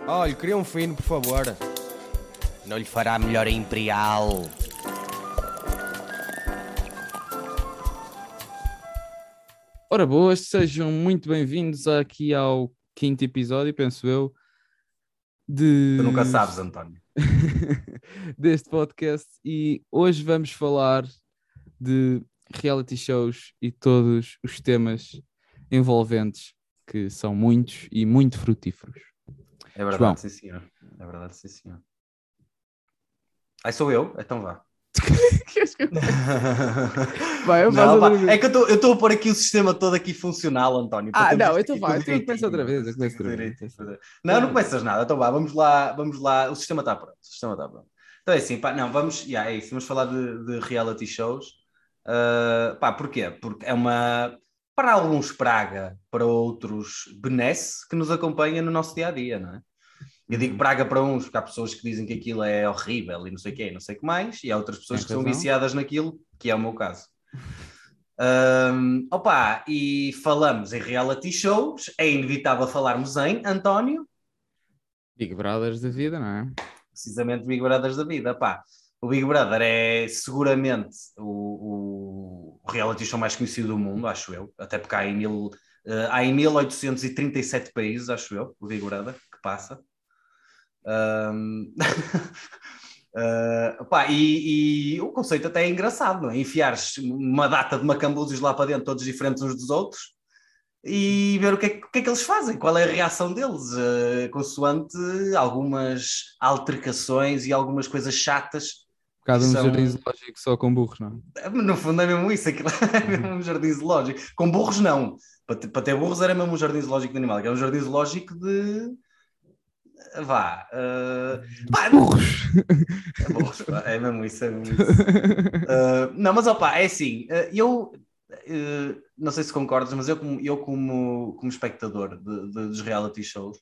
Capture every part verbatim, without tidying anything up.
Olha, queria um fino, por favor. Não lhe fará melhor a Imperial. Ora boas, sejam muito bem-vindos aqui ao quinto episódio, penso eu, de... Tu nunca sabes, António. deste podcast, e hoje vamos falar de reality shows e todos os temas envolventes, que são muitos e muito frutíferos. É verdade, João. sim senhor. É verdade, sim senhor. Aí sou eu? Então vá. Vai, eu Não, faço pá, outra vez. é que eu estou a pôr aqui o sistema todo aqui funcional, António. para Ah, termos não, isto então aqui vai, tudo então eu começo outra direitinho. vez, eu começo outra vez. Direitinho. Não, não começas nada. Então vá, vamos lá, vamos lá. O sistema está pronto. O sistema está pronto. Então é assim, pá, não, vamos, yeah, é isso, vamos falar de, de reality shows. Uh, pá, porquê? Porque é uma, para alguns praga, para outros benesse, que nos acompanha no nosso dia-a-dia, não é? Eu digo praga para uns, porque há pessoas que dizem que aquilo é horrível e não sei o quê, não sei o que mais, e há outras pessoas Tem que são razão. viciadas naquilo, que é o meu caso. Um, opa, e falamos em reality shows, é inevitável falarmos em António, Big Brothers da vida, não é? precisamente Big Brothers da vida. Pá, o Big Brother é seguramente o, o reality show mais conhecido do mundo, acho eu, até porque há em, mil, uh, há em mil oitocentos e trinta e sete países, acho eu, o Big Brother, que passa. Um... uh, pá, e, e o conceito até é engraçado, não é? Enfiares uma data de macambúzios lá para dentro, todos diferentes uns dos outros, e ver o que, é, o que é que eles fazem, qual é a reação deles, uh, consoante algumas altercações e algumas coisas chatas. Um bocado Que um são... jardim zoológico só com burros, não é? No fundo é mesmo isso, aquilo é mesmo um jardim zoológico. Com burros não, para ter, para ter burros era mesmo um jardim zoológico de animal, que é um jardim zoológico de... Vá. Uh... Pá, Burros! É, burros, pá, é mesmo isso, é mesmo isso. Uh, não, mas opá, é assim, uh, eu uh, não sei se concordas, mas eu como, eu como, como espectador de, de, dos reality shows,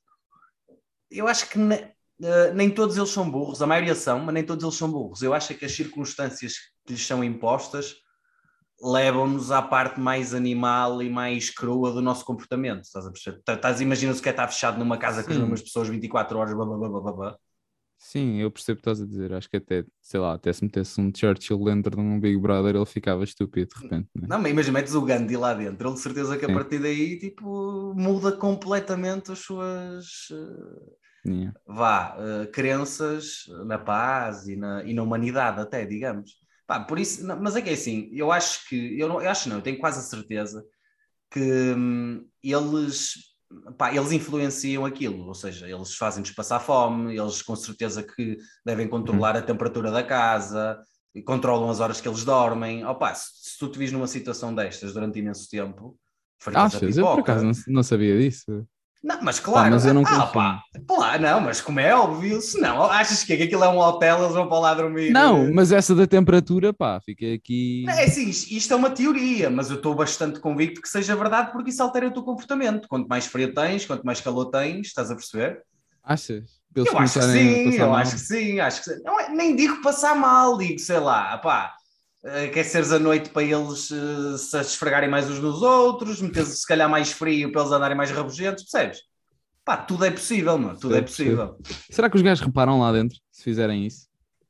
eu acho que ne, uh, nem todos eles são burros, a maioria são, mas nem todos eles são burros. Eu acho que as circunstâncias que lhes são impostas levam-nos à parte mais animal e mais crua do nosso comportamento, estás a perceber? Estás, imaginas o que é estar fechado numa casa com as Sim. mesmas pessoas vinte e quatro horas, blá, blá, blá, blá, blá. Sim, eu percebo o que estás a dizer. Acho que até, sei lá, até se metesse um Churchill dentro de um Big Brother, ele ficava estúpido de repente, né? Não, mas imagina, metes o Gandhi lá dentro, ele de certeza que a Sim. partir daí, tipo, muda completamente as suas, uh, Yeah. vá, uh, crenças na paz e na, e na humanidade até, digamos. Pá, por isso, não, mas é que é assim, eu acho que, eu, não, eu acho não, eu tenho quase a certeza que hum, eles, pá, eles influenciam aquilo, ou seja, eles fazem-nos passar fome, eles com certeza que devem controlar a temperatura da casa, e controlam as horas que eles dormem. Opa, se, se tu te vis numa situação destas durante imenso tempo, fritas a Achas? Eu por pipoca. acaso não, não sabia disso. Não, mas Pá, claro, mas eu não ah, confio. pá, claro, não, mas como é óbvio, se não, achas que aquilo é um hotel, eles vão para lá dormir? Não, mas essa da temperatura, pá, fiquei aqui. É assim, isto é uma teoria, mas eu estou bastante convicto que seja verdade porque isso altera o teu comportamento. Quanto mais frio tens, quanto mais calor tens, estás a perceber? Achas? Para eles Eu acho que começarem a sim, passar eu mal. acho que sim, acho que sim. Não é, nem digo passar mal, digo, sei lá, pá, uh, quer seres a noite para eles uh, se esfregarem mais uns nos outros, meter se calhar mais frio para eles andarem mais rabugentos, percebes? Pá, tudo é possível, mano, tudo é Percebo, possível. Será que os gajos reparam lá dentro, se fizerem isso?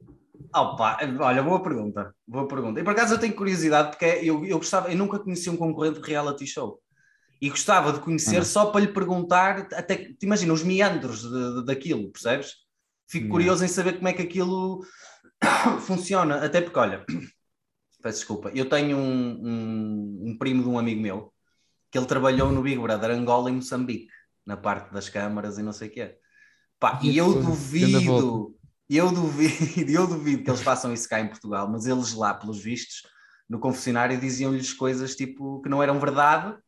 Oh, pá, olha, boa pergunta, boa pergunta. E por acaso eu tenho curiosidade porque eu, eu gostava, eu nunca conheci um concorrente de reality show. E gostava de conhecer Ah. só para lhe perguntar, até te imagina, os meandros de, de, daquilo, percebes? Fico Yeah. curioso em saber como é que aquilo funciona, até porque, olha, peço desculpa, eu tenho um, um, um primo de um amigo meu que ele trabalhou no Big Brother Angola e Moçambique, na parte das câmaras e não sei o quê. Pá, E e eu foi, grande volta. duvido, eu duvido, eu duvido que eles façam isso cá em Portugal, mas eles lá, pelos vistos, no confessionário diziam-lhes coisas tipo que não eram verdade,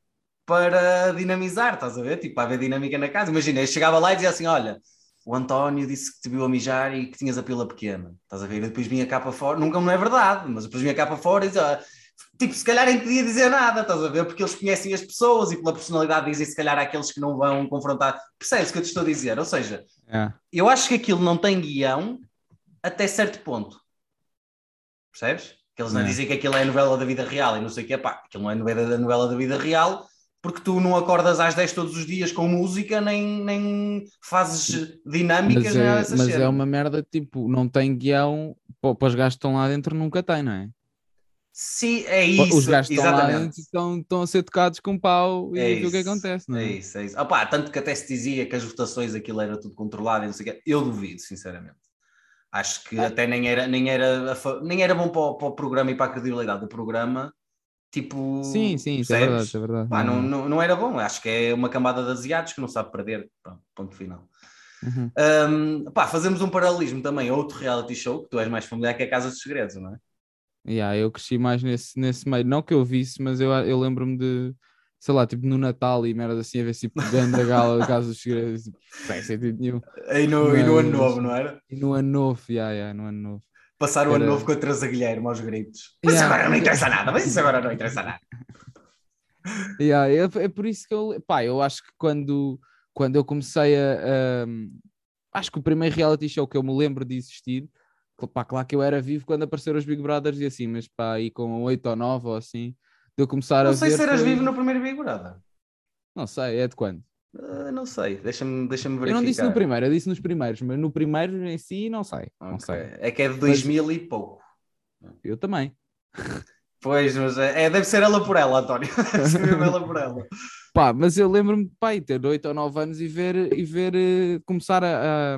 para dinamizar, estás a ver? Tipo, para haver dinâmica na casa. Imagina, eu chegava lá e dizia assim, olha, o António disse que te viu a mijar e que tinhas a pila pequena, estás a ver? E depois vinha cá para fora, nunca não é verdade, mas depois vinha cá para fora e dizia, tipo, se calhar nem podia dizer nada, estás a ver? Porque eles conhecem as pessoas e pela personalidade dizem se calhar àqueles que não vão confrontar. Percebes o que eu te estou a dizer? Ou seja, Yeah. eu acho que aquilo não tem guião até certo ponto. Percebes? Que eles não Yeah. dizem que aquilo é a novela da vida real e não sei o que, pá, aquilo não é novela da novela da vida real, porque tu não acordas às dez todos os dias com música, nem, nem fazes dinâmicas, Mas, nem nada é, dessas mas é cenas. uma merda, tipo, não tem guião, pô, para os gajos que estão lá dentro nunca tem, não é? Sim, é Pô, os isso, gajos que estão lá exatamente. dentro estão, estão a ser tocados com pau É e ver o que isso, acontece, não é é? isso, é isso. Opá, tanto que até se dizia que as votações aquilo era tudo controlado e não sei o quê. Eu duvido, sinceramente. Acho que Ah, até nem era, nem era, a fa- nem era bom para o, para o programa e para a credibilidade do programa. sim, Tipo, sim, isso é verdade, isso é percebes? verdade. Pá, Não, não, não. não, não era bom. Acho que é uma camada de asiáticos que não sabe perder. Pronto, ponto final. Uhum. Um, pá, fazemos um paralelismo também a outro reality show que tu és mais familiar, que é Casa dos Segredos, não é? Yeah, eu cresci mais nesse, nesse meio, não que eu visse, mas eu, eu lembro-me de, sei lá, tipo no Natal e merda assim, a ver tipo ganda gala da Casa dos Segredos, tipo, sem sentido nenhum. E no, e no Ano Mas Novo, não era? e no ano novo, yeah, yeah, no ano novo. Passar Que o Ano Novo era, com a Teresa Guilherme aos gritos. Mas isso yeah, agora não que- interessa nada, mas isso agora não interessa nada. yeah, é, é por isso que eu, pá, eu acho que quando, quando eu comecei a, a- acho que o primeiro reality show que eu me lembro de existir, pá, claro que eu era vivo quando apareceram os Big Brothers e assim, mas pá, aí com oito ou nove ou assim, de eu começar Não a sei ver se eras vivo foi, no primeiro Big Brother. não sei, é de quando? Ah, não sei, deixa-me deixa-me Eu não disse no verificar. primeiro, eu disse nos primeiros, mas no primeiro em si não sei, não Ok. sei. É que é de dois Mas mil e pouco. eu também. Pois, mas é, é, deve ser ela por ela, António. Deve ser mesmo ela por ela. Pá, mas eu lembro-me de pai, ter oito ou nove anos e ver, e ver eh, começar a, a-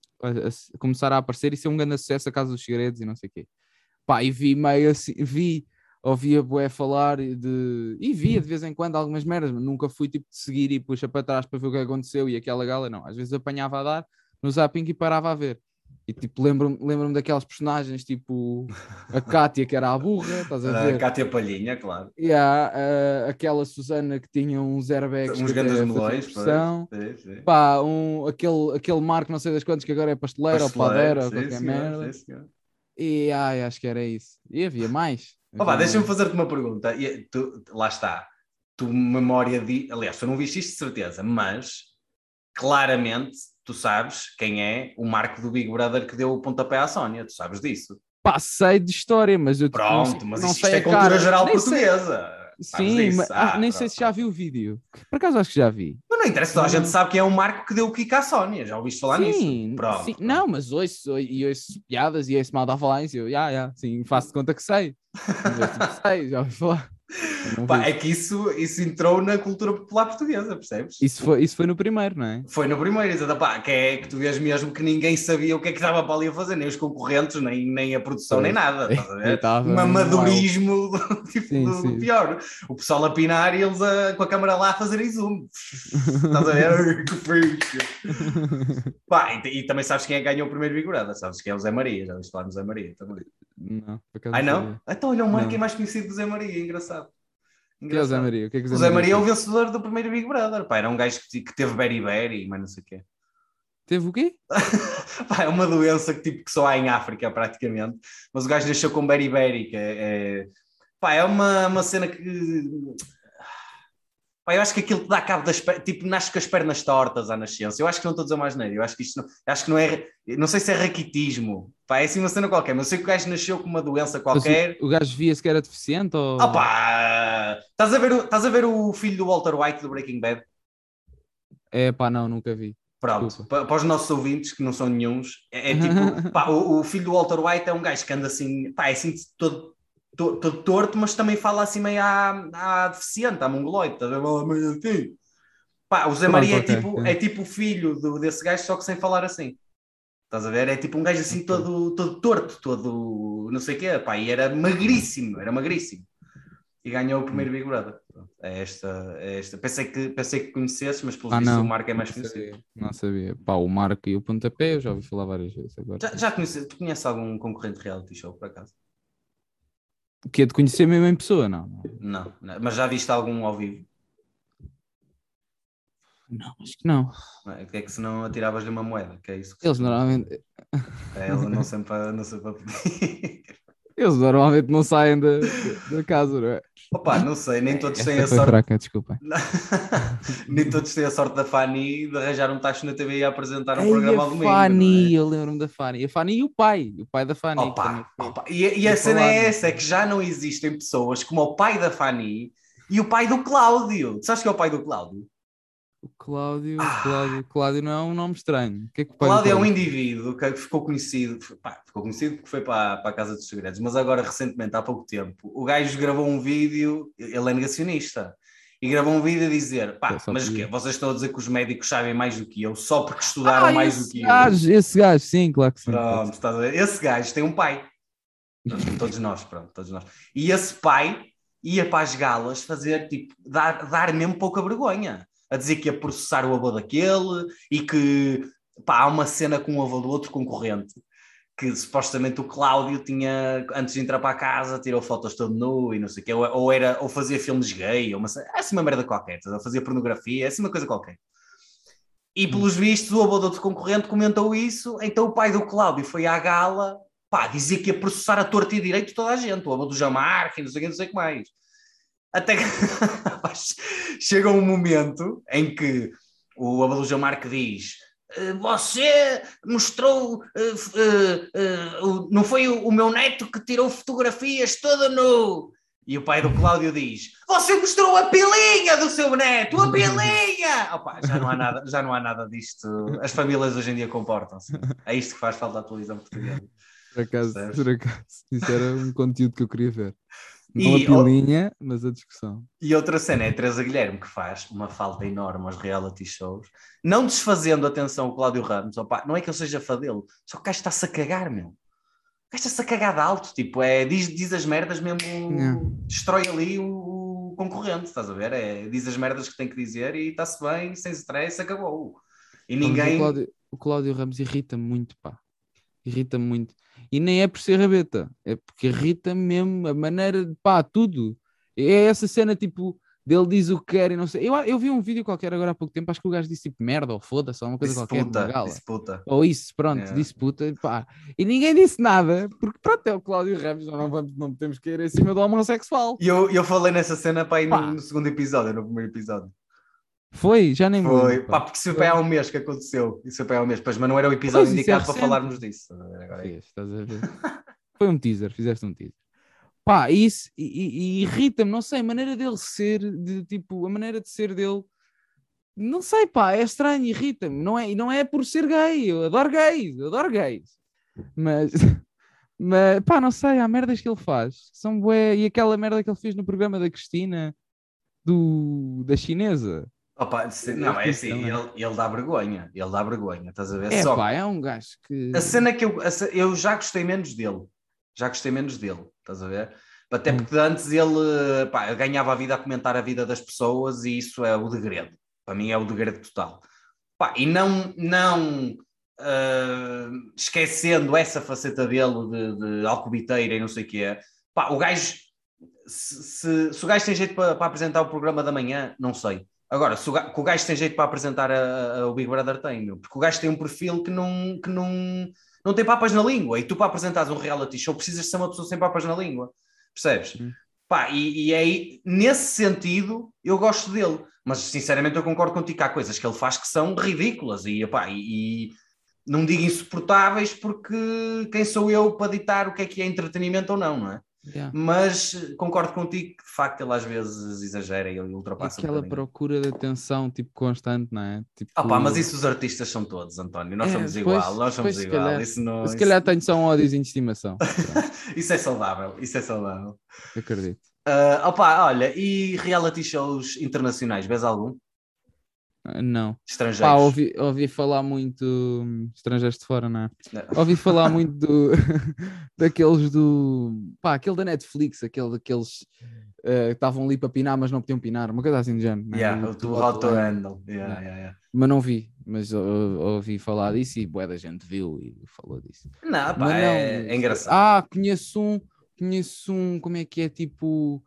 a- a- começar a aparecer e ser um grande sucesso a Casa dos Segredos e não sei o quê. Pá, e vi meio assim, vi, ouvia bué falar e de, e via de vez em quando algumas merdas, mas nunca fui tipo de seguir e puxa para trás para ver o que aconteceu e aquela gala, não. Às vezes apanhava a dar no zapping e parava a ver. E tipo, lembro-me lembro-me daquelas personagens, tipo a Cátia, que era a burra, estás a Uh, ver? Cátia Palhinha, claro. E há uh, aquela Susana que tinha uns airbags que Uns grandes até fazia melões, pois. impressão. Sim, sim. Pá, um, aquele, aquele Marco, não sei das quantas, que agora é pasteleiro ou Pasteleiro, padeiro ou sim, qualquer senhor, sim, merda. senhor. E ai, acho que era isso. E havia mais. Opa, Havia deixa-me mais. fazer-te uma pergunta. E tu- lá está. Tu, memória de. Aliás, tu não viste isto de certeza, mas claramente tu sabes quem é o Marco do Big Brother que deu o pontapé à Sónia. Tu sabes disso. Pá, sei de história, mas eu tipo, não sei, Pronto, mas não isto, isto sei é a cultura cara. geral Nem sei. portuguesa. Sabes Sim, disso? mas, ah, Ah, nem sei pronto, se já pronto. vi o vídeo. Por acaso acho que já vi. Mas não interessa, toda a Mas gente não. sabe quem é o Marco que deu o kick à Sónia. Já ouviste falar nisso? Sim, sim. Pronto, Não, pronto. mas ouço e ouço piadas e ouço mal da falar isso. Eu, já, já, sim, faço de conta que sei. Mas tipo, sei, já ouvi falar. Mas não Pá, vi. é que isso, isso entrou na cultura popular portuguesa, percebes? Isso foi, isso foi no primeiro, não é? Foi no primeiro, exato. Pá, que é que tu vês mesmo que ninguém sabia o que é que estava para ali a fazer, nem os concorrentes, nem, nem a produção, nem Pois. nada, estás a Aí ver? Um estava mesmo wild. amadorismo do, tipo, Sim, do, do sim. pior. O pessoal a pinar e eles a- com a câmera lá a fazerem zoom. Estás a ver? Ai, que fixe. Pá, e, e também sabes quem é que ganhou o primeiro Big Brother, sabes que é o Zé Maria, já ouviste falar no Zé Maria também. Não, por acaso Ai não não? sabia. Então olha, o Marco é Não. mais conhecido do Zé Maria, engraçado. Quem é o Zé Engraçado. Maria? O que é que o O Zé Zé Maria Maria é o fez? vencedor do primeiro Big Brother. Pá, era um gajo que, que teve beriberi, mas não sei o quê. Teve o quê? Pá, é uma doença que, tipo, que só há em África, praticamente. Mas o gajo nasceu com beriberi, que é, é... Pá, é uma, uma cena que... Pá, eu acho que aquilo te dá cabo das pernas, tipo, nasce com as pernas tortas à nascença. Eu acho que não estou a dizer mais nada. Eu acho que isto não, acho que não é, não sei se é raquitismo. Pá, é assim uma cena qualquer, mas eu sei que o gajo nasceu com uma doença Mas o, qualquer. o gajo via-se que era deficiente Ah ou... pá, estás a ver o, estás a ver o filho do Walter White do Breaking Bad? É pá, não, nunca vi. Pronto, Desculpa. pa- para os nossos ouvintes, que não são nenhuns, é, é tipo, pá, o, o filho do Walter White é um gajo que anda assim, pá, é assim todo, todo, todo torto, mas também fala assim meio à, à deficiente, à mongoloide, estás a ver? Meio assim. Pá, o Zé Pronto, Maria é ok. tipo, é É. tipo o filho do, desse gajo, só que sem falar assim. Estás a ver? É tipo um gajo assim Ok. todo, todo torto, todo não sei o quê, pá, e era magríssimo, era magríssimo. E ganhou o primeiro Big Brother. Pronto, é esta, é esta. Pensei que, pensei que conhecesses, mas pelos Ah, vistos o não. Marco é mais Não conhecido. sabia. Não sabia. Pá, o Marco e o Pontapé eu já ouvi falar várias vezes agora. Já, já conhece, tu conheces algum concorrente de reality show, por acaso? O que é de conhecer mesmo em pessoa? Não. Não, não. Mas já viste algum ao vivo? Não, acho que não. Não é? Que é que se não atiravas-lhe uma moeda, que é isso que se Eles costuma normalmente, fazer. É, ele não sempre, a- não sempre a pedir. eles normalmente não saem da, da casa, não é? Opa, não sei, nem todos têm Essa a foi sorte. fraca, desculpem. Nem todos têm a sorte da Fanny de arranjar um tacho na T V e apresentar um Ei, programa a ao domingo, não Fanny, é? eu lembro-me da Fanny. A Fanny e o pai, o pai da Fanny, que também Opa, foi, opa. E, e foi a cena falar, é não essa, é foi? que já não existem pessoas como o pai da Fanny E o pai do Cláudio. Sabes que é o pai do Cláudio? O Cláudio, Ah. Cláudio, Cláudio não é um nome estranho. O que é que o O pai do Cláudio é um Cláudio- indivíduo que ficou conhecido, pá, ficou conhecido porque foi para, para a Casa dos Segredos, mas agora recentemente, há pouco tempo, o gajo gravou um vídeo, ele é negacionista, e gravou um vídeo a dizer, pá, É só mas o podia. quê? Vocês estão a dizer que os médicos sabem mais do que eu, só porque estudaram Ah, mais do esse que eu. gajo, esse gajo, sim, claro que sim. claro Pronto, estás a ver? Esse gajo tem um pai. Pronto, todos nós, pronto, todos nós. E esse pai ia para as galas fazer, tipo, dar, dar mesmo pouca vergonha. A dizer que ia processar o avô daquele e que, pá, há uma cena com o avô do outro concorrente que supostamente o Cláudio tinha, antes de entrar para a casa, tirou fotos todo nu e não sei o quê, ou, ou, era, ou fazia filmes gay, ou uma, é assim uma merda qualquer, ou fazia pornografia, é assim uma coisa qualquer. E pelos vistos o avô do outro concorrente comentou isso, então o pai do Cláudio foi à gala, pá, dizia que ia processar a torta e direito toda a gente, o avô do Jamarque, não sei o que, não sei o que mais. Até que chega um momento em que o avô do Jamarque diz: você mostrou, uh, uh, uh, não foi o, o meu neto que tirou fotografias todo nu. E o pai do Cláudio diz: você mostrou a pilinha do seu neto, a pilinha! Opa, já não há nada, já não há nada disto. As famílias hoje em dia comportam-se. É isto que faz falta à televisão portuguesa. Por acaso, Percebes? por acaso. Isso era um conteúdo que eu queria ver. Não E- a pilinha, mas a discussão. E outra cena é a Teresa Guilherme, que faz uma falta enorme aos reality shows, não desfazendo, atenção, o Cláudio Ramos, opa, não é que eu seja fã dele, só que o gajo está-se a cagar, meu. O gajo está-se a cagar de alto, tipo, é, diz, diz as merdas mesmo, Não. destrói ali o, o concorrente, estás a ver? É, diz as merdas que tem que dizer e está-se bem, sem stress, acabou. E Pá, mas ninguém... O Cláudio, o Cláudio Ramos irrita-me muito, pá. Irrita-me muito. E nem é por ser rabeta, é porque irrita-me mesmo a maneira de, pá, tudo. É essa cena, tipo, dele diz o que quer e não sei. Eu, eu vi um vídeo qualquer agora há pouco tempo, acho que o gajo disse tipo merda ou foda-se, ou uma coisa qualquer numa Disputa, gala. disputa. Ou isso, pronto, É. disse puta, pá. E ninguém disse nada, porque pronto, é o Cláudio Ramos, nós não, vamos, não temos que ir em cima do homossexual. E eu, eu falei nessa cena para ir no, Pá. no segundo episódio, no primeiro episódio. Foi, já nem me Foi, lembro, pá, porque isso foi há um mês que aconteceu. Isso foi há um mês, pois, mas não era o episódio Pois, isso é indicado para recente. falarmos disso. Agora é- Fez, estás a ver? Foi um teaser, fizeste um teaser. Pá, isso e, e- e irrita-me, não sei, a maneira dele ser, de tipo, a maneira de ser dele, não sei, pá, é estranho, irrita-me, não é, e não é por ser gay, eu adoro gays, eu adoro gays, mas, mas pá, não sei, há merdas que ele faz, são bué, e aquela merda que ele fez no programa da Cristina, do, da chinesa, Opa, se- Eu não, é fiz assim, também. ele, ele dá vergonha, ele dá vergonha, estás a ver? é Só pá, é um gajo que, a cena que eu, a ce- eu já gostei menos dele, já gostei menos dele, estás a ver? Até Hum. porque antes ele, pá, ganhava a vida a comentar a vida das pessoas e isso é o degredo, para mim é o degredo total. Pá, e não, não ah, esquecendo essa faceta dele de, de alcobiteira e não sei o que é, pá, o gajo, se, se, se o gajo tem jeito para, para apresentar o programa da manhã, não sei. Agora, se o, ga- que o gajo tem jeito para apresentar a, a- o Big Brother tem, meu, porque o gajo tem um perfil que não, que não, não tem papas na língua, e tu para apresentares um reality show precisas ser uma pessoa sem papas na língua, percebes? Hum. Pá, e, e aí, nesse sentido, eu gosto dele, mas sinceramente eu concordo contigo que há coisas que ele faz que são ridículas, e, epá, e, e não digo insuportáveis, porque quem sou eu para ditar o que é que é entretenimento ou não, não é? yeah. Mas concordo contigo que de facto ele às vezes exagera e ele E ultrapassa um aquela bocadinho. procura de atenção, tipo, constante, não é? Tipo... Ah pá, mas isso os artistas são todos, António. Nós É, somos pois, igual, nós somos pois, se igual. calhar. Isso, não, Se isso, calhar tenho só um ódiozinho de estimação. Pronto, isso é saudável, isso é saudável. acredito. Uh, opá, olha, e reality shows internacionais, vês algum? Ah, Não. Estrangeiros? Pá, ouvi, ouvi falar muito. hum, Estrangeiros de fora, não é? Não. Ouvi falar muito do, daqueles do. Pá, aquele da Netflix, aquele daqueles eh, que estavam ali para pinar, mas não podiam pinar, uma coisa assim do género. não é? Yeah, O o do do Hot Hot to Line. Handle. Yeah, Yeah. yeah, yeah. Mas não vi, mas ou- ouvi falar disso e bué da gente viu e falou disso. Não, pá, Mas não, é, é engraçado. Ah, conheço um, conheço um, como é que é, tipo,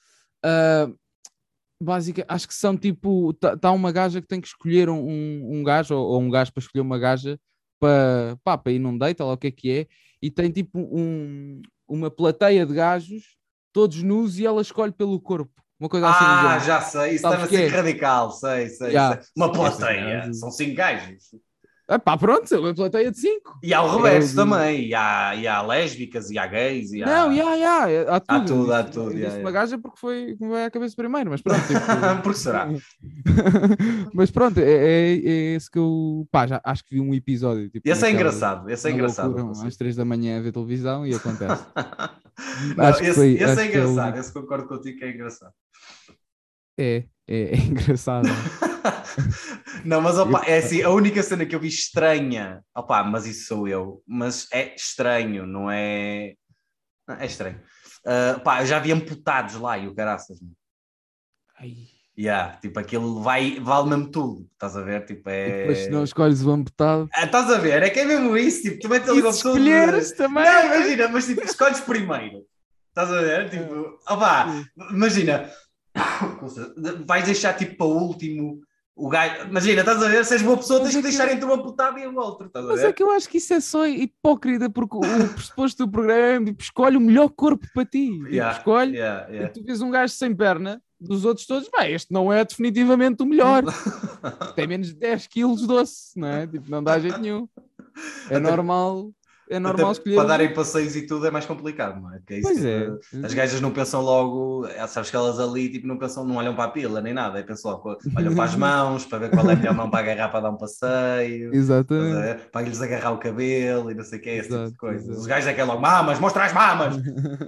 ah, básica, acho que são tipo, está tá uma gaja que tem que escolher um, um, um gajo, ou, ou um gajo para escolher uma gaja para, pá, para ir num date, ou lá o que é que é, e tem tipo um, uma plateia de gajos, todos nus, e ela escolhe pelo corpo, uma coisa assim do Ah, género. já sei, isso Sabes está-me a que ser é? radical, sei, sei, Yeah. sei. Uma Essas plateia, merdas. são cinco gajos. Ah, pá, pronto, é uma plateia de cinco. E há o reverso É o- também, e há, e há lésbicas, e há gays, e há... Não, já, já, é- há Há tudo. tudo, há Eu disse, tudo, eu já, disse já. uma gaja porque foi que me veio à cabeça primeiro, mas pronto, tipo... Porque será? Mas pronto, é, é, é esse que eu, pá, já acho que vi um episódio, tipo, Esse é naquela, engraçado, esse é na engraçado, loucura, eu consigo. às três da manhã a ver televisão e acontece. Não, Acho que esse, foi, esse é acho que é o engraçado, único. esse concordo contigo que é engraçado. É, é, é engraçado. Não, mas opa, Eu- é assim, a única cena que eu vi estranha, opa, mas isso sou eu, mas é estranho, não é? É estranho. Ah, pá, eu já vi amputados lá e o caraças. Né? Ai, Yeah, tipo, aquilo vai, vale mesmo tudo, estás a ver? Tipo, e depois se não é. escolhes o amputado, Ah, estás a ver? É que é mesmo isso, tipo, tu metes ali e uma se pessoa de... escolheres também, Não, né? imagina, mas tipo, escolhes primeiro. Estás a ver? Tipo, opá, Sim. imagina, vais deixar tipo para o último o gajo. Imagina, estás a ver? Se és boa pessoa, Mas tens é que que deixar eu- entre uma putada e o outro, estás a Mas é ver? que eu acho que isso é só hipócrita, porque o pressuposto do programa é tipo, escolhe o melhor corpo para ti. Tipo, Yeah, escolhe yeah, e yeah. tu vês um gajo sem perna, dos outros todos, vai, este não é definitivamente o melhor. Tem menos de dez quilos de doce, não é? Tipo, não dá jeito nenhum. É Até, normal, é normal até escolher para os darem outros. passeios e tudo é mais complicado, não é? Porque é isso, Pois tipo, é. as gajas não pensam logo, é, sabes que elas ali tipo, não pensam, não olham para a pila nem nada, é pensam logo, olham para as mãos para ver qual é a melhor mão para agarrar para dar um passeio. Estás a Exatamente. ver? Para lhes agarrar o cabelo e não sei o que, esse tipo de Exato, coisas. exato. Os gajos é que é logo, mamas, mostra as mamas!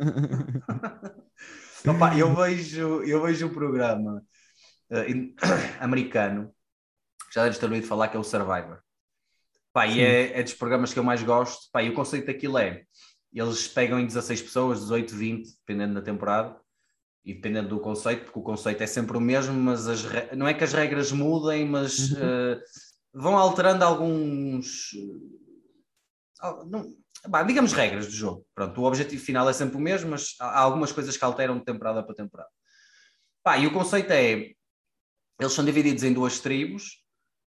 Opa, eu vejo, eu vejo um programa uh, in- americano, já deves ter ouvido falar, que é o Survivor. Pá, e Sim. é, é dos programas que eu mais gosto. Pá, e o conceito daquilo é, eles pegam em dezasseis pessoas, dezoito, vinte, dependendo da temporada, e dependendo do conceito, porque o conceito é sempre o mesmo, mas as re... não é que as regras mudem, mas Uhum. uh, vão alterando alguns... Uh, não... Bah, digamos regras do jogo. Pronto, o objetivo final é sempre o mesmo, mas há algumas coisas que alteram de temporada para temporada. Pá, e o conceito é, eles são divididos em duas tribos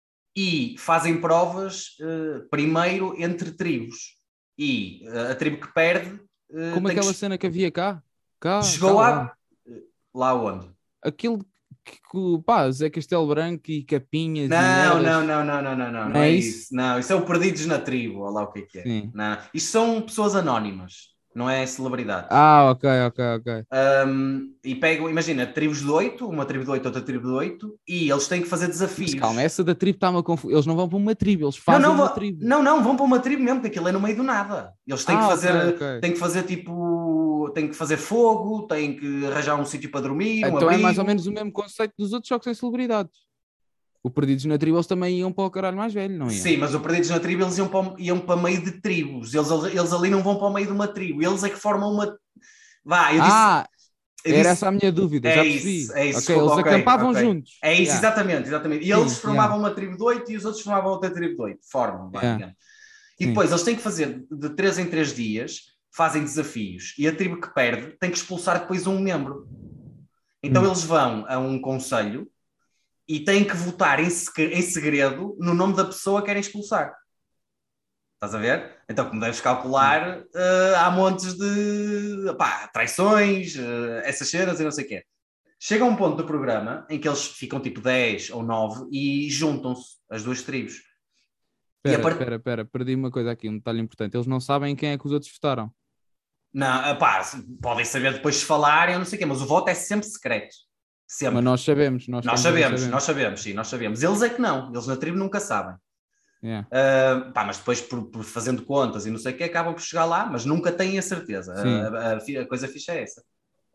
e fazem provas uh, primeiro entre tribos. E uh, a tribo que perde uh, Como tem aquela que... cena que havia cá. Cá, cá Chegou onde? a... Lá onde? Aquilo que, que pá, Zé Castelo Branco e capinhas e Não, merdas. não, não, não, não, não, não, Não não é é isso. isso? Não, isso é o Perdidos na Tribo, olha lá o que é que é. Sim. Não, isto são pessoas anónimas, não é celebridades. Ah, ok, ok, ok. Um, e pegam, imagina, tribos de oito, uma tribo de oito, outra tribo de oito, e eles têm que fazer Mas desafios. calma, essa da tribo está-me a confundir. Eles não vão para uma tribo, eles Não, fazem não, uma vão- tribo. não, não, vão para uma tribo mesmo, porque aquilo é no meio do nada. Eles têm que Ah, ok, fazer, ok. têm que fazer tipo, têm que fazer fogo, têm que arranjar um sítio para dormir, um Então é mais ou abrigo. menos o mesmo conceito dos outros, só que sem celebridades. O Perdidos na Tribo, eles também iam para o caralho mais velho, não iam? Sim, mas os Perdidos na Tribo, eles iam para, iam para meio de tribos. Eles, eles ali não vão para o meio de uma tribo. Eles é que formam uma... Vá, eu disse... Ah, eu era disse... essa a minha dúvida, É já isso, percebi. é isso, Ok, desculpa, eles ok, acampavam ok. juntos. É isso, Yeah. exatamente, exatamente. E Sim, eles formavam yeah. uma tribo de oito e os outros formavam outra tribo de oito. Formam, vá, Yeah. digamos. E Sim. depois eles têm que fazer de três em três dias, fazem desafios. E a tribo que perde tem que expulsar depois um membro. Então Hum. eles vão a um conselho e têm que votar em, seg- em segredo no nome da pessoa que querem expulsar. Estás a ver? Então, como deves calcular, uh, há montes de pá, traições, uh, essas cenas e não sei o quê. Chega um ponto do programa em que eles ficam tipo dez ou nove e juntam-se as duas tribos. E a Espera, part... espera, espera, perdi uma coisa aqui, um detalhe importante. Eles não sabem quem é que os outros votaram. Não, pá, podem saber depois de falarem, eu não sei o quê, mas o voto é sempre secreto. Sempre. Mas nós sabemos, nós, Nós estamos a ver, sabemos, nós sabemos, sim, nós sabemos. Eles é que não, eles na tribo nunca sabem. Yeah. Uh, pá, mas depois, por, por fazendo contas e não sei o que, acabam por chegar lá, mas nunca têm a certeza. A, a, a coisa fixa é essa.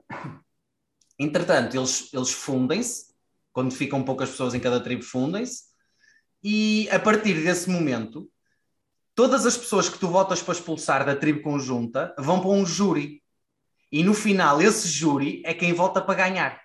Entretanto, eles, eles fundem-se, quando ficam poucas pessoas em cada tribo, fundem-se, e a partir desse momento, todas as pessoas que tu votas para expulsar da tribo conjunta vão para um júri. E no final, esse júri é quem vota para ganhar.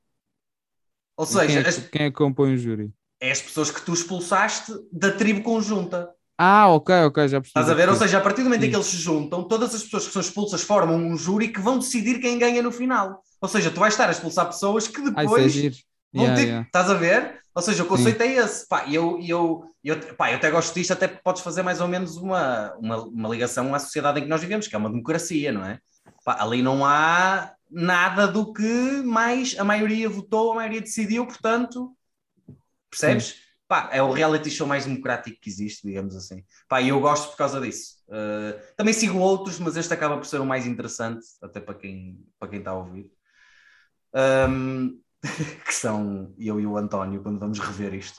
Ou E seja, quem é, que, as, quem é que compõe o júri? é as pessoas que tu expulsaste da tribo conjunta. Ah, ok, ok, já percebi. Estás a ver? Ou percebi. seja, a partir do momento Sim. em que eles se juntam, todas as pessoas que são expulsas formam um júri que vão decidir quem ganha no final. Ou seja, tu vais estar a expulsar pessoas que Ah, isso é depois giro. vão Yeah, ter... yeah. Estás a ver? Ou seja, o conceito é esse. Pá, eu, eu, eu, pá, eu até gosto disto, até podes fazer mais ou menos uma, uma, uma ligação à sociedade em que nós vivemos, que é uma democracia, não é? Pá, ali não há nada do que mais a maioria votou, a maioria decidiu, portanto... Percebes? Pá, é o reality show mais democrático que existe, digamos assim. Pá, e eu gosto por causa disso. Uh, também sigo outros, mas este acaba por ser o mais interessante, até para quem, para quem está a ouvir. Um, que são eu e o António, quando vamos rever isto.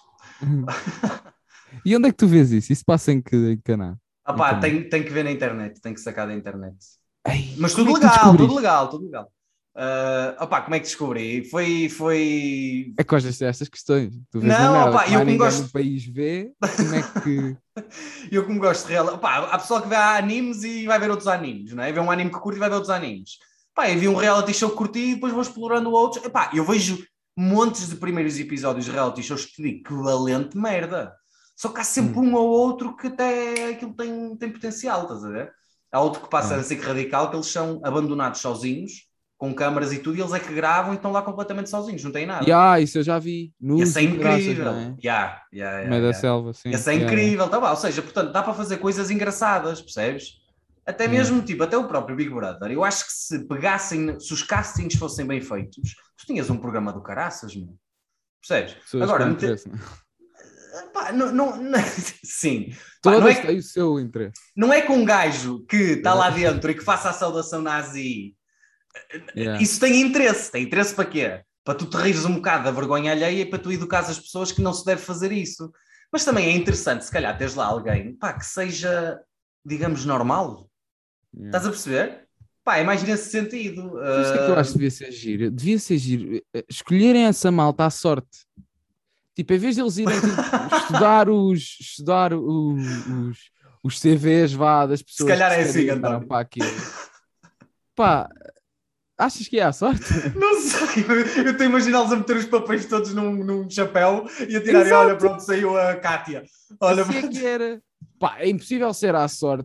E onde é que tu vês isso? Isso passa em que em canal? Ah pá, tem, tem que ver na internet, tem que sacar da internet. Ei, mas tudo é legal, tudo legal, tudo legal. Uh, opá, como é que descobri? Foi. foi... É que gostas destas questões. Tu vês não, uma merda opá, que eu mais como ninguém gosto... no país vê, como é que... eu como gosto de real... opá, há pessoal que vê animes e vai ver outros animes, não é? Vê um anime que curte e vai ver outros animes. Pá, eu vi um reality show que curti e depois vou explorando outros. Epá, eu vejo montes de primeiros episódios de reality shows que te digo que valente merda. Só que há sempre hum. um ou outro que até aquilo tem, tem potencial, estás a ver? Há outro que passa é. a ser radical, que eles são abandonados sozinhos, com câmaras e tudo, e eles é que gravam e estão lá completamente sozinhos, não tem nada. Yeah, isso eu já vi. Esse é incrível. Graças, é? yeah, yeah, yeah, no meio yeah. da selva, sim. Esse é yeah, incrível. Yeah. Tá bom. Ou seja, portanto, dá para fazer coisas engraçadas, percebes? Até mesmo, yeah. tipo, até o próprio Big Brother. Eu acho que se pegassem, se os castings fossem bem feitos, tu tinhas um programa do caraças, meu. Percebes? Pessoas agora, com interesse, não? Pá, não, não, não... Sim. Todas Pá, não é têm o seu interesse. Não é com um gajo que está lá dentro e que faça a saudação nazi. Yeah. Isso tem interesse. Tem interesse para quê? Para tu te rires um bocado da vergonha alheia e para tu educares as pessoas que não se deve fazer isso. Mas também é interessante, se calhar, teres lá alguém, pá, que seja, digamos, normal. Yeah. Estás a perceber? Pá, é mais nesse sentido. Mas o que é que eu acho que devia ser giro? Devia ser giro escolherem essa malta à sorte. Tipo, em vez de eles irem tipo, estudar os estudar o, os, os C Vs vá, das pessoas se calhar que é assim, António. Para aquilo. Pá, achas que é à sorte? Não sei, eu estou a imaginá-los a meter os papéis todos num, num chapéu e a tirar e olha, pronto, saiu a Kátia. Olha, assim é que era. Pá, é impossível ser à sorte,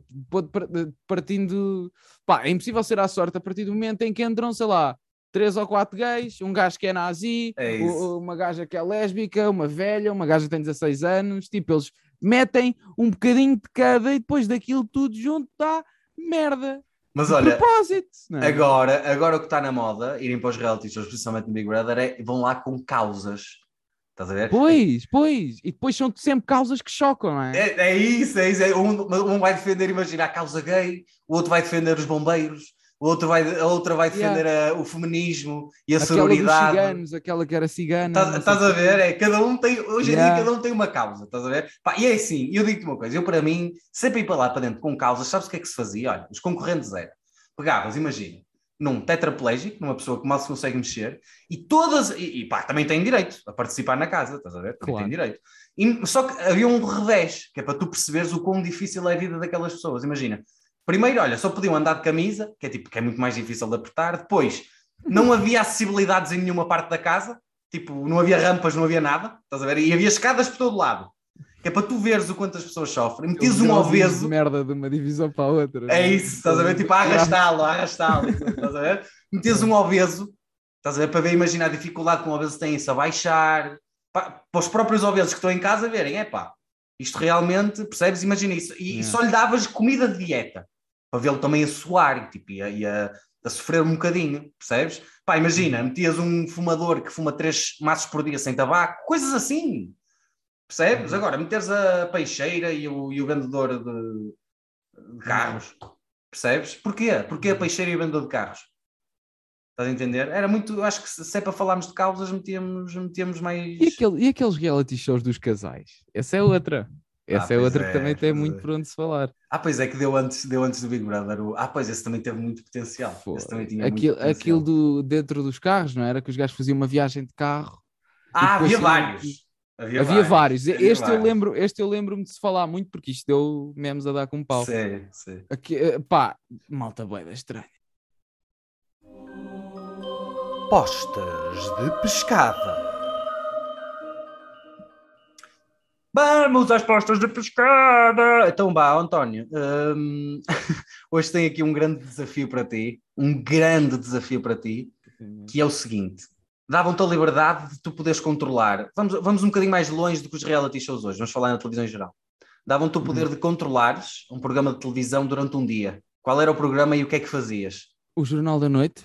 partindo... Pá, é impossível ser à sorte a partir do momento em que entram, sei lá, três ou quatro gays, um gajo que é nazi, é uma gaja que é lésbica, uma velha, uma gaja que tem dezasseis anos, tipo, eles metem um bocadinho de cada e depois daquilo tudo junto dá merda. Mas de olha, propósito, não é? agora, agora o que está na moda, irem para os reality shows, principalmente no Big Brother, é vão lá com causas. Estás a ver? Pois, pois. E depois são sempre causas que chocam, não é? É, é isso, é isso. É. Um, um vai defender, imagina, a causa gay, o outro vai defender os bombeiros, o outro vai, a outra vai defender yeah. a, o feminismo e a aquela sororidade. Dos ciganos, aquela que era cigana. Estás a ver? É, cada um tem, hoje em yeah. dia cada um tem uma causa, estás a ver? Pá, e é assim, eu digo-te uma coisa, eu para mim, sempre ir para lá para dentro com causas, sabes o que é que se fazia? Olha, os concorrentes eram, pegavas, imagina, num tetraplégico, numa pessoa que mal se consegue mexer, e todas, e, e pá, também tem direito a participar na casa, estás a ver? Também claro. Tem direito. E, só que havia um revés, que é para tu perceberes o quão difícil é a vida daquelas pessoas, imagina. Primeiro, olha, só podiam andar de camisa, que é tipo, que é muito mais difícil de apertar. Depois, não havia acessibilidades em nenhuma parte da casa, tipo, não havia rampas, não havia nada, estás a ver? E havia escadas por todo lado. Que é para tu veres o quanto as pessoas sofrem. Metias um obeso. De merda de uma divisão para a outra. É isso, estás a ver? Tipo, a arrastá-lo, a arrastá-lo. Estás a ver? Metias um obeso, estás a ver? Para ver, imaginar a dificuldade que um obeso tem-se a baixar. Para, para os próprios obesos que estão em casa verem, é pá, isto realmente, percebes? Imagina isso. E, yeah. e só lhe davas comida de dieta. Para vê-lo também a suar, tipo, e a, e a, a sofrer um bocadinho, percebes? Pá, imagina, metias um fumador que fuma três maços por dia sem tabaco, coisas assim. Percebes? Uhum. Agora, meteres a peixeira e o, e o vendedor de, de carros. Uhum. Percebes? Porquê? Porquê a peixeira e o vendedor de carros? Estás a entender? Era muito... Acho que se é para falarmos de causas, metíamos, metíamos mais... E, aquele, e aqueles reality shows dos casais? Essa é outra. Essa ah, é outra é, que também tem muito é. por onde se falar. Ah, pois é, que deu antes, deu antes do Big Brother. O... Ah, pois, esse também teve muito potencial. Esse também tinha aquilo, muito potencial. Aquilo do, dentro dos carros, não era? Que os gajos faziam uma viagem de carro. Ah, havia vários. Havia, havia vários. vários. Havia este, vários. Eu lembro, este eu lembro-me de se falar muito, porque isto deu memes a dar com pau. Sim, sim. Aqui, pá, malta boeda estranha. Postas de pescada. Vamos às postas de pescada! Então vá, António. Hum, hoje tenho aqui um grande desafio para ti. Um grande desafio para ti, que é o seguinte. Davam-te a liberdade de tu poderes controlar. Vamos, vamos um bocadinho mais longe do que os reality shows hoje. Vamos falar na televisão em geral. Davam-te o poder de controlares um programa de televisão durante um dia. Qual era o programa e o que é que fazias? O Jornal da Noite.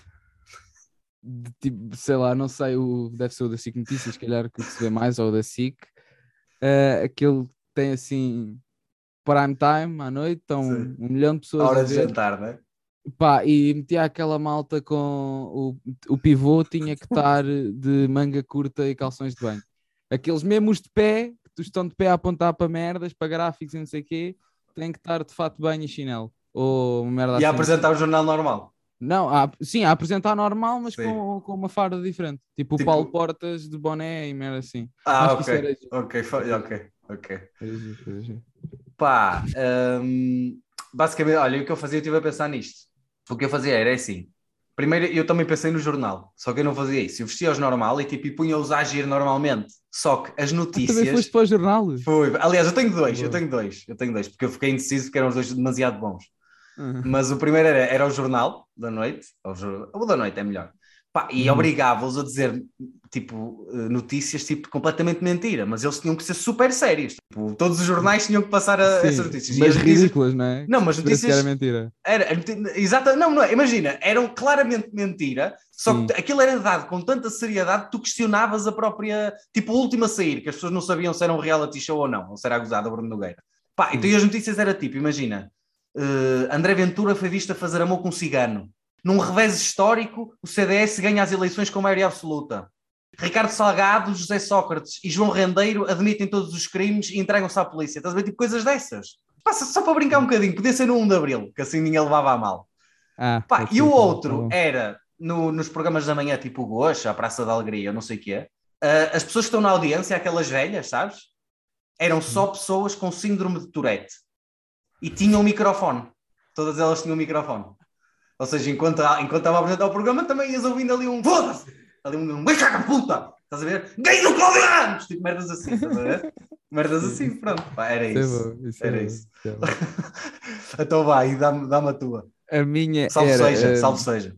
De, tipo, sei lá, não sei, o, deve ser o da SIC Notícias, se calhar que se vê mais, ou o da SIC. Uh, aquele tem assim prime time à noite, estão Sim. um milhão de pessoas A hora a de ver. jantar, não é? Pá, e metia aquela malta com o, o pivô tinha que estar de manga curta e calções de banho. Aqueles mesmos de pé, que estão de pé a apontar para merdas, para gráficos e não sei o quê, têm que estar de fato de banho e chinelo. Ou uma merda E a assim. apresentar o jornal normal. Não, a- sim, a apresentar normal, mas Sim. com, com uma farda diferente. Tipo, Tipo- o Paulo Portas de boné e merda assim. Ah, Acho que isso ok. era giro. Ok, fa- ok, ok. Era giro, era giro. Pá, hum, basicamente, olha, o que eu fazia, eu estive a pensar nisto. O que eu fazia era assim. Primeiro, eu também pensei no jornal, só que eu não fazia isso. Eu vestia-os normal e tipo, e punha-os a agir normalmente. Só que as Ah, notícias. também foste para o jornal? Foi. Aliás, eu tenho dois, Boa. eu tenho dois, eu tenho dois, porque eu fiquei indeciso porque eram os dois demasiado bons. Uhum. Mas o primeiro era, era o jornal da noite, ou, jor- ou da noite é melhor. Pá, e Uhum. obrigava-os a dizer tipo eh, notícias tipo completamente mentira, mas eles tinham que ser super sérios. Tipo, todos os jornais tinham que passar a, Sim, essas notícias. E mas as notícias- ridículas, não é? Não, mas Se tivesse que notícias- era mentira. Era, exata, não, não é, imagina, eram claramente mentira, só Sim. que aquilo era dado com tanta seriedade que tu questionavas a própria, tipo, a última a sair, que as pessoas não sabiam se era um reality show ou não, ou se era gozado a Bruno Nogueira. Pá, então e as notícias era tipo, imagina, eh, André Ventura foi visto a fazer amor com um cigano. Num revés histórico, o C D S ganha as eleições com maioria absoluta. Ricardo Salgado, José Sócrates e João Rendeiro admitem todos os crimes e entregam-se à polícia. Estás a ver? Tipo, coisas dessas. Passa só para brincar um bocadinho, podia ser no um de Abril, que assim ninguém levava a mal. Ah, Pá, pode e ser, o tá outro bom. era, no- nos programas da manhã, tipo o Goxa, a Praça da Alegria, não sei o que é, uh, as pessoas que estão na audiência, aquelas velhas, sabes? Eram só pessoas com síndrome de Tourette. E tinham um microfone. Todas elas tinham um microfone. Ou seja, enquanto, enquanto estava a apresentar o programa, também ias ouvindo ali um foda-se! Ali um, um bicha da puta! Estás a ver? Gay do Cláudio Ramos! Tipo merdas assim, estás a ver? Merdas assim, pronto. Pá, era Isso é isso. bom, isso Era é bom, isso. isso é bom. Então vai, dá-me dá-me a tua. A minha Salve era... seja, eh, salve seja.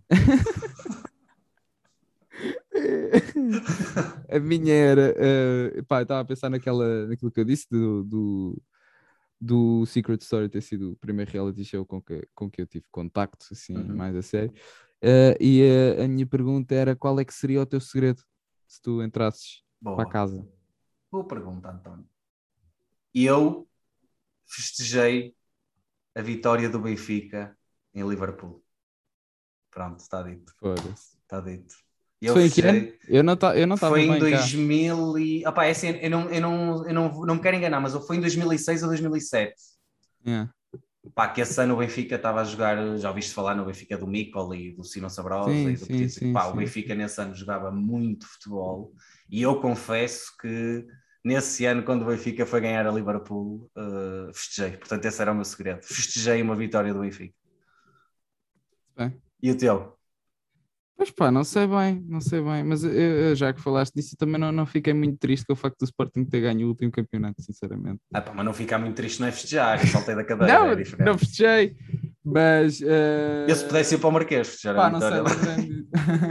A minha era... eh, pá, eu estava a pensar naquela, naquilo que eu disse do, do, do Secret Story ter sido o primeiro reality show com que, com que eu tive contacto, assim, Uhum. mais a sério. Eh, e a, a minha pergunta era qual é que seria o teu segredo se tu entrasses Boa. para a casa? Boa pergunta, António. Eu festejei a vitória do Benfica em Liverpool. Pronto, está dito. Foda-se. Está dito. E Isso eu foi em que ano? festejei. Eu não ta- eu não estava Foi em bem cá. dois mil e... Opa, é assim, eu, não, eu, não, eu não, não me quero enganar, mas foi em dois mil e seis ou dois mil e sete. Yeah. Pá, que esse ano o Benfica estava a jogar, já ouviste falar no Benfica do Mikel e do Simão Sabrosa Sim, e do sim, Petit. sim, Pá, sim. o Benfica nesse ano jogava muito futebol e eu confesso que nesse ano, quando o Benfica foi ganhar a Liverpool, uh, festejei. Portanto, esse era o meu segredo. Festejei uma vitória do Benfica. Bem. E o teu? Pois pá, não sei bem, não sei bem, mas eu, eu, já que falaste disso, eu também não, não fiquei muito triste com o facto do Sporting ter ganho o último campeonato, sinceramente. Ah, pá, mas não ficar muito triste não é festejar, eu saltei da cadeira, Não, é diferente. não festejei, mas... eh, Eu se pudesse ir para o Marquês festejar pá, a não sei, vitória. lembrei-me disso.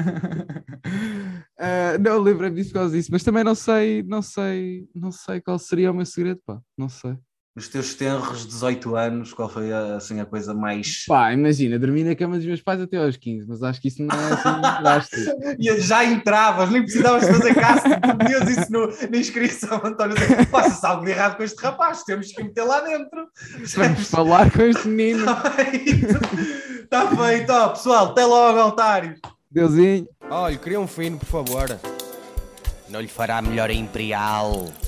Eh, não, lembrei-me disso por causa disso, mas também não sei, não sei, não sei qual seria o meu segredo, pá, não sei. Nos teus tenros dezoito anos, qual foi assim, a coisa mais... Pá, imagina, dormi na cama dos meus pais até aos quinze, mas acho que isso não é assim drástico. E já entravas, nem precisavas fazer casting, tu pedias isso no, na inscrição, António. Passa-se algo de errado com este rapaz, temos que meter lá dentro. Vamos falar com este menino. Está feito, está feito. Ó, pessoal, até logo, altários. Deusinho. Olha, queria um fino, por favor. Não lhe fará melhor a Imperial.